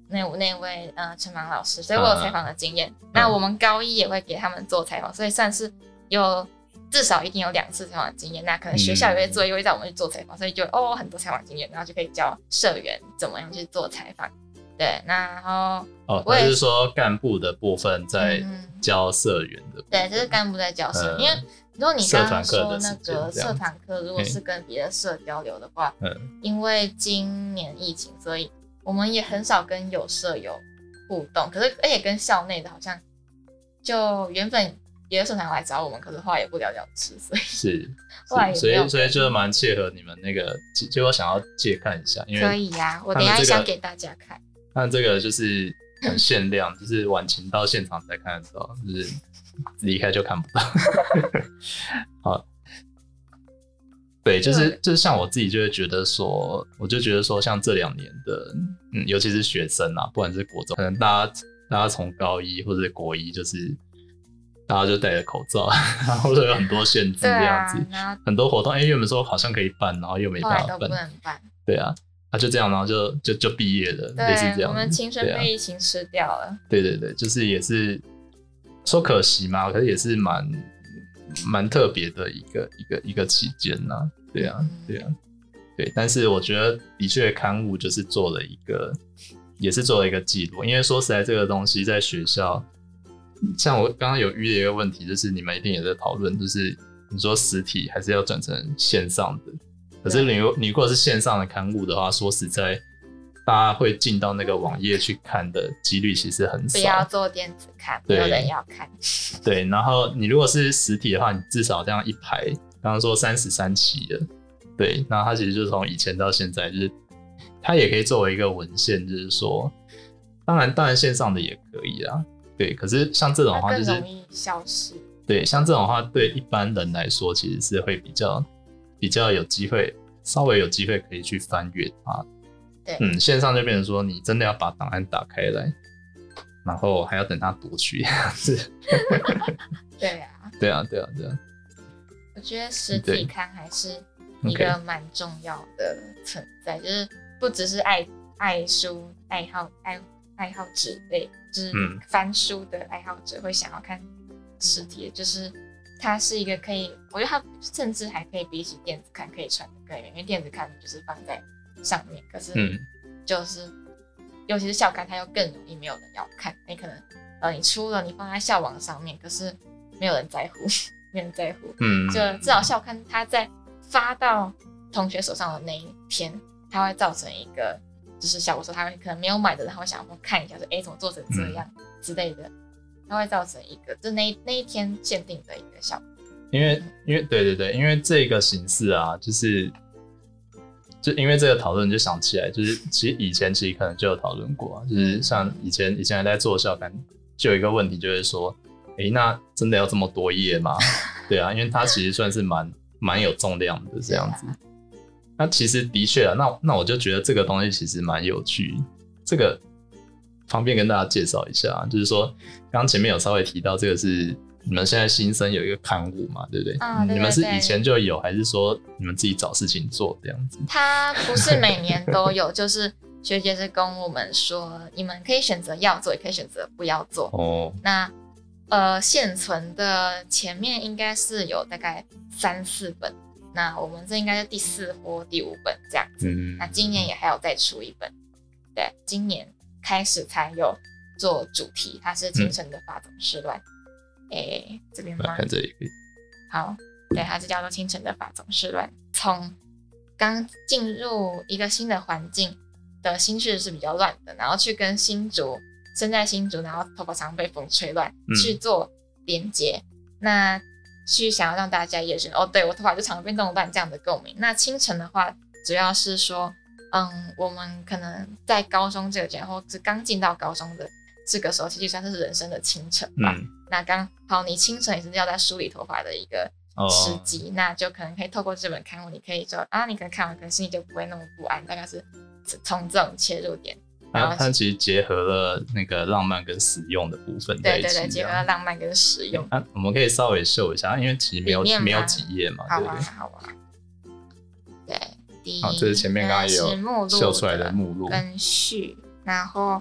那那位呃陈芒老师，所以我有采访的经验。嗯、那我们高一也会给他们做采访，所以算是有至少一定有两次采访的经验。那可能学校也会做，也会让我们去做采访，所以就哦很多采访经验，然后就可以教社员怎么样去做采访。对，那然后哦，那是说干部的部分在教社员的部分、 嗯，对，这是干部在教社员、嗯，因为如果你刚刚说那个社团课，如果是跟别的社交流的话，嗯，因为今年疫情，所以我们也很少跟有社有互动，可是而且跟校内的好像就原本别的社团来找我们，可是后来也不了了之，所以是后来也所以所以就蛮切合你们那个，就我想要借看一下，因为可以呀、啊，我等一下想给大家看。 但这个就是很限量，就是晚晴到现场才看得到，就是离开就看不到。好，对，就是就是像我自己就会觉得说，我就觉得说，像这两年的，嗯，尤其是学生啊，不管是国中，可能大家大家从高一或者国一，就是大家就戴着口罩，然后就有很多限制这样子， 啊、 很多活动，哎、欸，原本说好像可以办，然后又没办法办， 后来都不能办， 对啊。啊、就这样，然后就就就毕业了，类似这样。 我们青春被疫情吃掉了。 对对对，就是也是说可惜嘛，可是也是蛮蛮特别的一个一个一个期间呐。对啊，嗯、对啊，对。但是我觉得的确刊物就是做了一个，也是做了一个记录，因为说实在，这个东西在学校，像我刚刚有遇到一个问题，就是你们一定也在讨论，就是你说实体还是要转成线上的。可是你你如果是线上的刊物的话，说实在，大家会进到那个网页去看的几率其实很少。 不要做电子看，没有人要看。 对，然后你如果是实体的话，你至少这样一排，刚刚说三十三期了，对，那它其实就从以前到现在，就是它也可以作为一个文献，就是说，当然当然线上的也可以啦，对，可是像这种的话就是更容易消失。 对，像这种的话对一般人来说，其实是会比较。比较有机会，稍微有机会可以去翻阅它。 对， 嗯，线上就变成说，你真的要把档案打开来，然后还要等它读取，是。 对啊， 对啊，对啊，对啊。 我觉得实体刊还是一个蛮重要的存在，就是不只是爱爱书爱好爱爱好者类，就是翻书的爱好者会想要看实体的，就是。它是一个可以，我觉得它甚至还可以比起电子刊可以传得更远，因为电子刊就是放在上面，可是就是、嗯、尤其是校刊，它又更容易没有人要看。你可能呃你出了，你放在校网上面，可是没有人在乎，没人在乎。嗯，就至少校刊它在发到同学手上的那一天，它会造成一个就是效果，说他会可能没有买的人，他会想要看一下，说哎怎么做成这样、嗯、之类的。它会造成一个，就那那一天限定的一个效果。 因为，因为对对对，因为这个形式啊，就是就因为这个讨论就想起来，就是其实以前其实可能就有讨论过、啊，就是像以前以前还在做校刊，就有一个问题就是说，哎、欸，那真的要这么多页吗？对啊，因为它其实算是蛮蛮有重量的这样子。那其实的确啊，那那我就觉得这个东西其实蛮有趣，这个。方便跟大家介绍一下，就是说，刚刚前面有稍微提到，这个是你们现在新生有一个刊物嘛，对不对？ 啊、嗯， 你们是以前就有，还是说你们自己找事情做这样子？ 它不是每年都有，就是学姐是跟我们说，你们可以选择要做，也可以选择不要做。哦，那呃，现存的前面应该是有大概三四本，那我们这应该是第四或第五本这样子。嗯，那今年也还有再出一本，对，今年。开始才有做主题，它是清晨的法总事乱。哎、嗯欸，这边吗？ 看这里可以。 好，对，它是叫做清晨的法总事乱。从刚进入一个新的环境的心绪是比较乱的，然后去跟新竹生在新竹，然后头发常被风吹乱、嗯、去做连接，那去想要让大家也是哦，对我头发就常被弄乱这样的共鸣。那清晨的话，主要是说。嗯，我们可能在高中这个阶段，或是刚进到高中的这个时候，其实算是人生的清晨吧。嗯、那刚好你清晨也是要在梳理头发的一个时机、哦，那就可能可以透过这本刊物，你可以说啊，你可能看完，可能心里就不会那么不安，大概是从这种切入点。 它它其实结合了那个浪漫跟实用的部分在一起。 对对对，结合了浪漫跟实用。 啊、我们可以稍微秀一下，因为其实没有没有几页嘛， 好啊对不对？ 好啊。对。 好，这是前面刚刚有秀出来的目录跟序，然后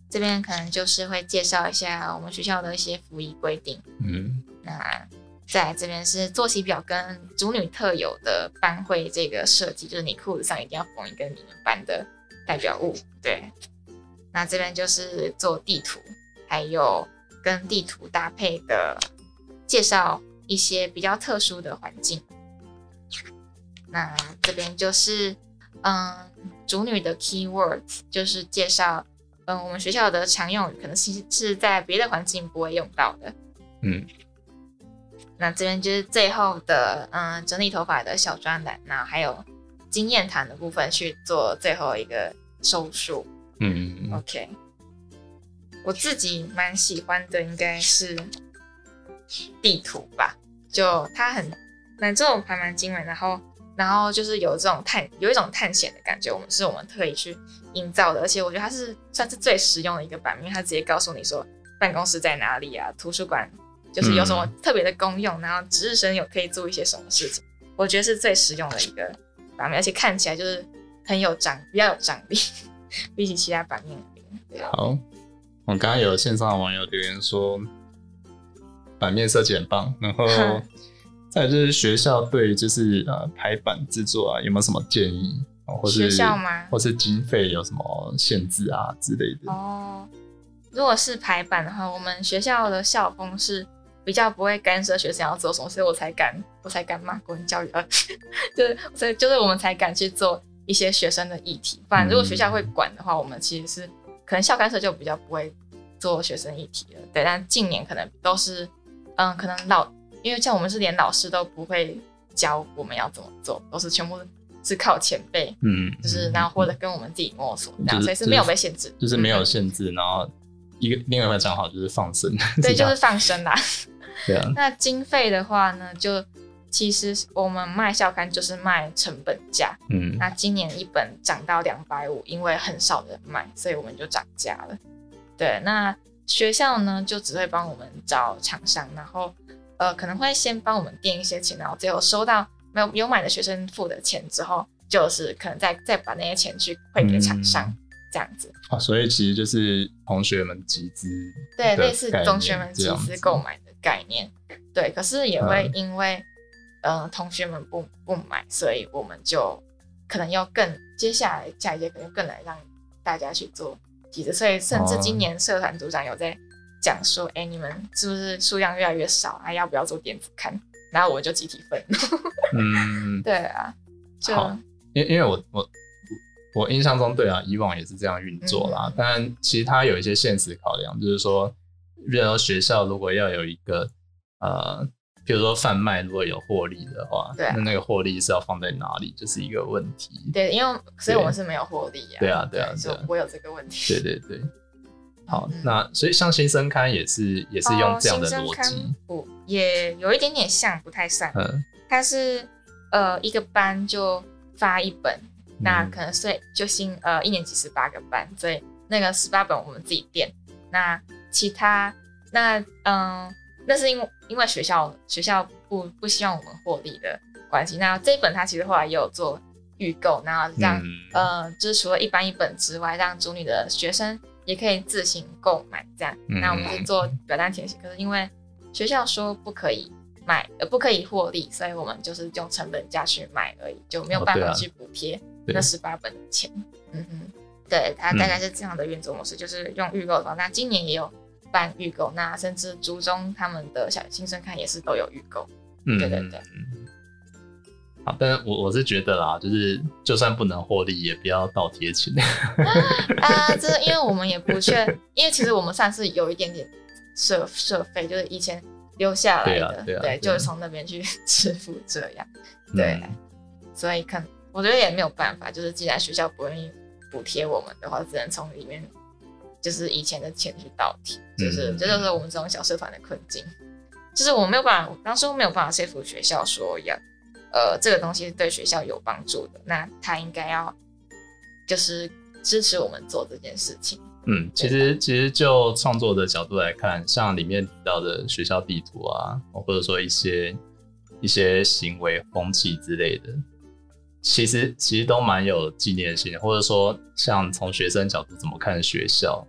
这边可能就是会介绍一下我们学校的一些服仪规定。 嗯， 那再来这边是作息表跟主女特有的班会这个设计，就是你裤子上一定要缝一个你们班的代表物。对，那这边就是做地图，还有跟地图搭配的介绍一些比较特殊的环境。那这边就是嗯主女的 keywords， 就是介绍嗯我们学校的常用语，可能是是在别的环境不会用到的。 嗯。 那这边就是最后的嗯整理头发的小专栏，然后还有经验谈的部分去做最后一个收束。 嗯 ，OK。我自己蛮喜欢的应该是地图吧，就它很蛮这种还蛮精美，然后然后就是有这种探有一种探险的感觉，我们是我们特意去营造的，而且我觉得它是算是最实用的一个版面，因为它直接告诉你说办公室在哪里啊，图书馆就是有什么特别的功用，嗯、然后值日生有可以做一些什么事情，我觉得是最实用的一个版面，而且看起来就是很有张，比较有张力，比起其他版面。 好，我刚刚有线上的网友留言说，版面设计很棒，然后再来就是学校对就是呃排版制作啊有没有什么建议，或是学校吗？ 或是经费有什么限制啊之类的？ 哦。如果是排版的话，我们学校的校风是比较不会干涉学生要做什么，所以我才敢，我才敢骂国民教育，呃，就是所以就是我们才敢去做一些学生的议题。不然如果学校会管的话，我们其实是可能校干涉就比较不会做学生议题了。对，但近年可能都是，嗯，可能老，因为像我们是连老师都不会教我们要怎么做，都是全部是靠前辈，嗯，就是然后或者跟我们自己摸索这样，就是、所以是没有被限制， 就是没有限制，然后。一个另外一个讲好就是放生， 对，就是放生啦。 对啊。 那经费的话呢，就其实我们卖校刊就是卖成本价，嗯，那今年一本涨到两百五，因为很少人卖，所以我们就涨价了。对，那学校呢就只会帮我们找厂商，然后呃可能会先帮我们垫一些钱，然后最后收到没有有买的学生付的钱之后，就是可能再再把那些钱去汇给厂商。嗯，这样子啊，所以其实就是同学们集资， 对，类似同学们集资购买的概念，对。可是也会因为，嗯、呃，同学们不不买，所以我们就可能要更接下来下一届可能更来让大家去做集资，所以甚至今年社团组长有在讲说，哎、哦欸，你们是不是数量越来越少，还要不要做电子刊？然后我就集体愤怒。嗯，对啊，就好，因因为我我。我印象中，对啊，以往也是这样运作啦。嗯、但其实它有一些现实考量，就是说，任何学校如果要有一个呃，比如说贩卖如果有获利的话， 对、啊， 那那个获利是要放在哪里，就是一个问题。 对，因为所以我们是没有获利啊。 对啊，对啊， 对啊，我有这个问题。 对对对。好，嗯、那所以像新生刊也是也是用这样的逻辑， 不、哦、也有一点点像，不太算。嗯，它是呃一个班就发一本。那可能所以就新呃一年级十八个班，所以那个十八本我们自己垫。那其他那嗯，那是因为因为学校学校不不希望我们获利的关系。那这一本它其实后来也有做预购，然后让、嗯、呃就是除了一般一本之外，让主女的学生也可以自行购买这样。嗯、那我们是做表单填写，可是因为学校说不可以买，呃不可以获利，所以我们就是用成本价去买而已，就没有办法去补贴。哦那十八本的钱，嗯哼，对，它大概是这样的运作模式，嗯、就是用预购的方式。那今年也有办预购，那甚至竹中他们的小新生刊也是都有预购，嗯，对对对。 好，但是我我是觉得啦，就是就算不能获利，也不要倒贴钱。 啊，这因为我们也不确，因为其实我们算是有一点点社社费，就是以前留下来的，对、啊对, 啊对，就是从那边去支付这样，对，嗯、所以可能。我觉得也没有办法，就是既然学校不愿意补贴我们的话，只能从里面就是以前的钱去倒贴，就是这、嗯、就是我们这种小社团的困境。就是我没有办法，当初没有办法说服学校说要，呃，这个东西是对学校有帮助的，那他应该要就是支持我们做这件事情。 嗯，其实其实就创作的角度来看，像里面提到的学校地图啊，或者说一些一些行为风气之类的。其实其实都蛮有纪念性的，或者说像从学生角度怎么看学校，比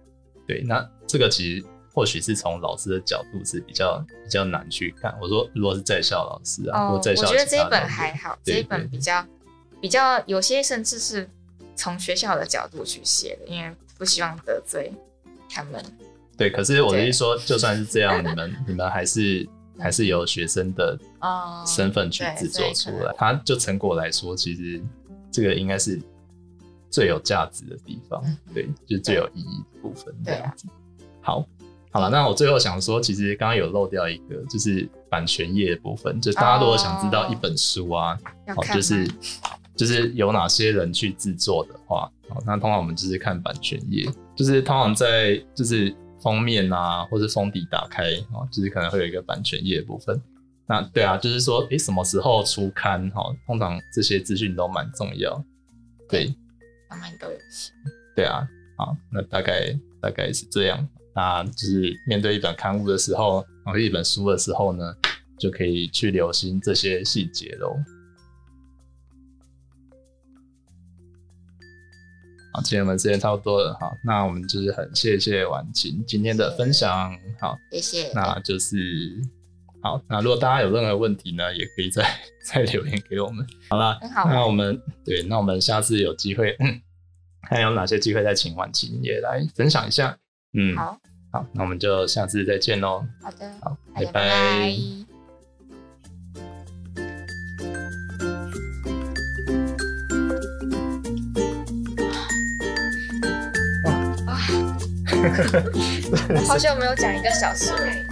对，那这个其实或许是从老师的角度是比较比较难去看。我说如果是在校老师啊， 哦， 或在校， 我觉得这一本还好， 对对这一本比较比较有些甚至是从学校的角度去写的，因为不希望得罪他们。 对，可是我的意思说，就算是这样，你们你们还是还是有学生的身份去制作出来。它就成果来说，其实这个应该是最有价值的地方，嗯、对，就是最有意义的部分这样子。好，好了，那我最后想说，其实刚刚有漏掉一个，就是版权页的部分。就大家如果想知道一本书啊， 哦、 就是就是有哪些人去制作的话，那通常我们就是看版权页，就是通常在就是封面啊，或是封底打开，就是可能会有一个版权页的部分。那对啊，就是说，哎，什么时候出刊？通常这些资讯都蛮重要。对， 慢慢都有写。 对啊，好，那大概大概是这样。那就是面对一本刊物的时候，或一本书的时候呢，就可以去留心这些细节咯。好，今天我们时间差不多了，好，那我们就是很谢谢婉晴今天的分享，好， 谢谢。 那就是好，那如果大家有任何问题呢，也可以再再留言给我们。好啦， 很好， 那我们对，那我们下次有机会，嗯，看有哪些机会再请婉晴也来分享一下。嗯， 好， 好，那我们就下次再见喽。 好的， 好， 拜拜拜。好久没有讲一个小时了。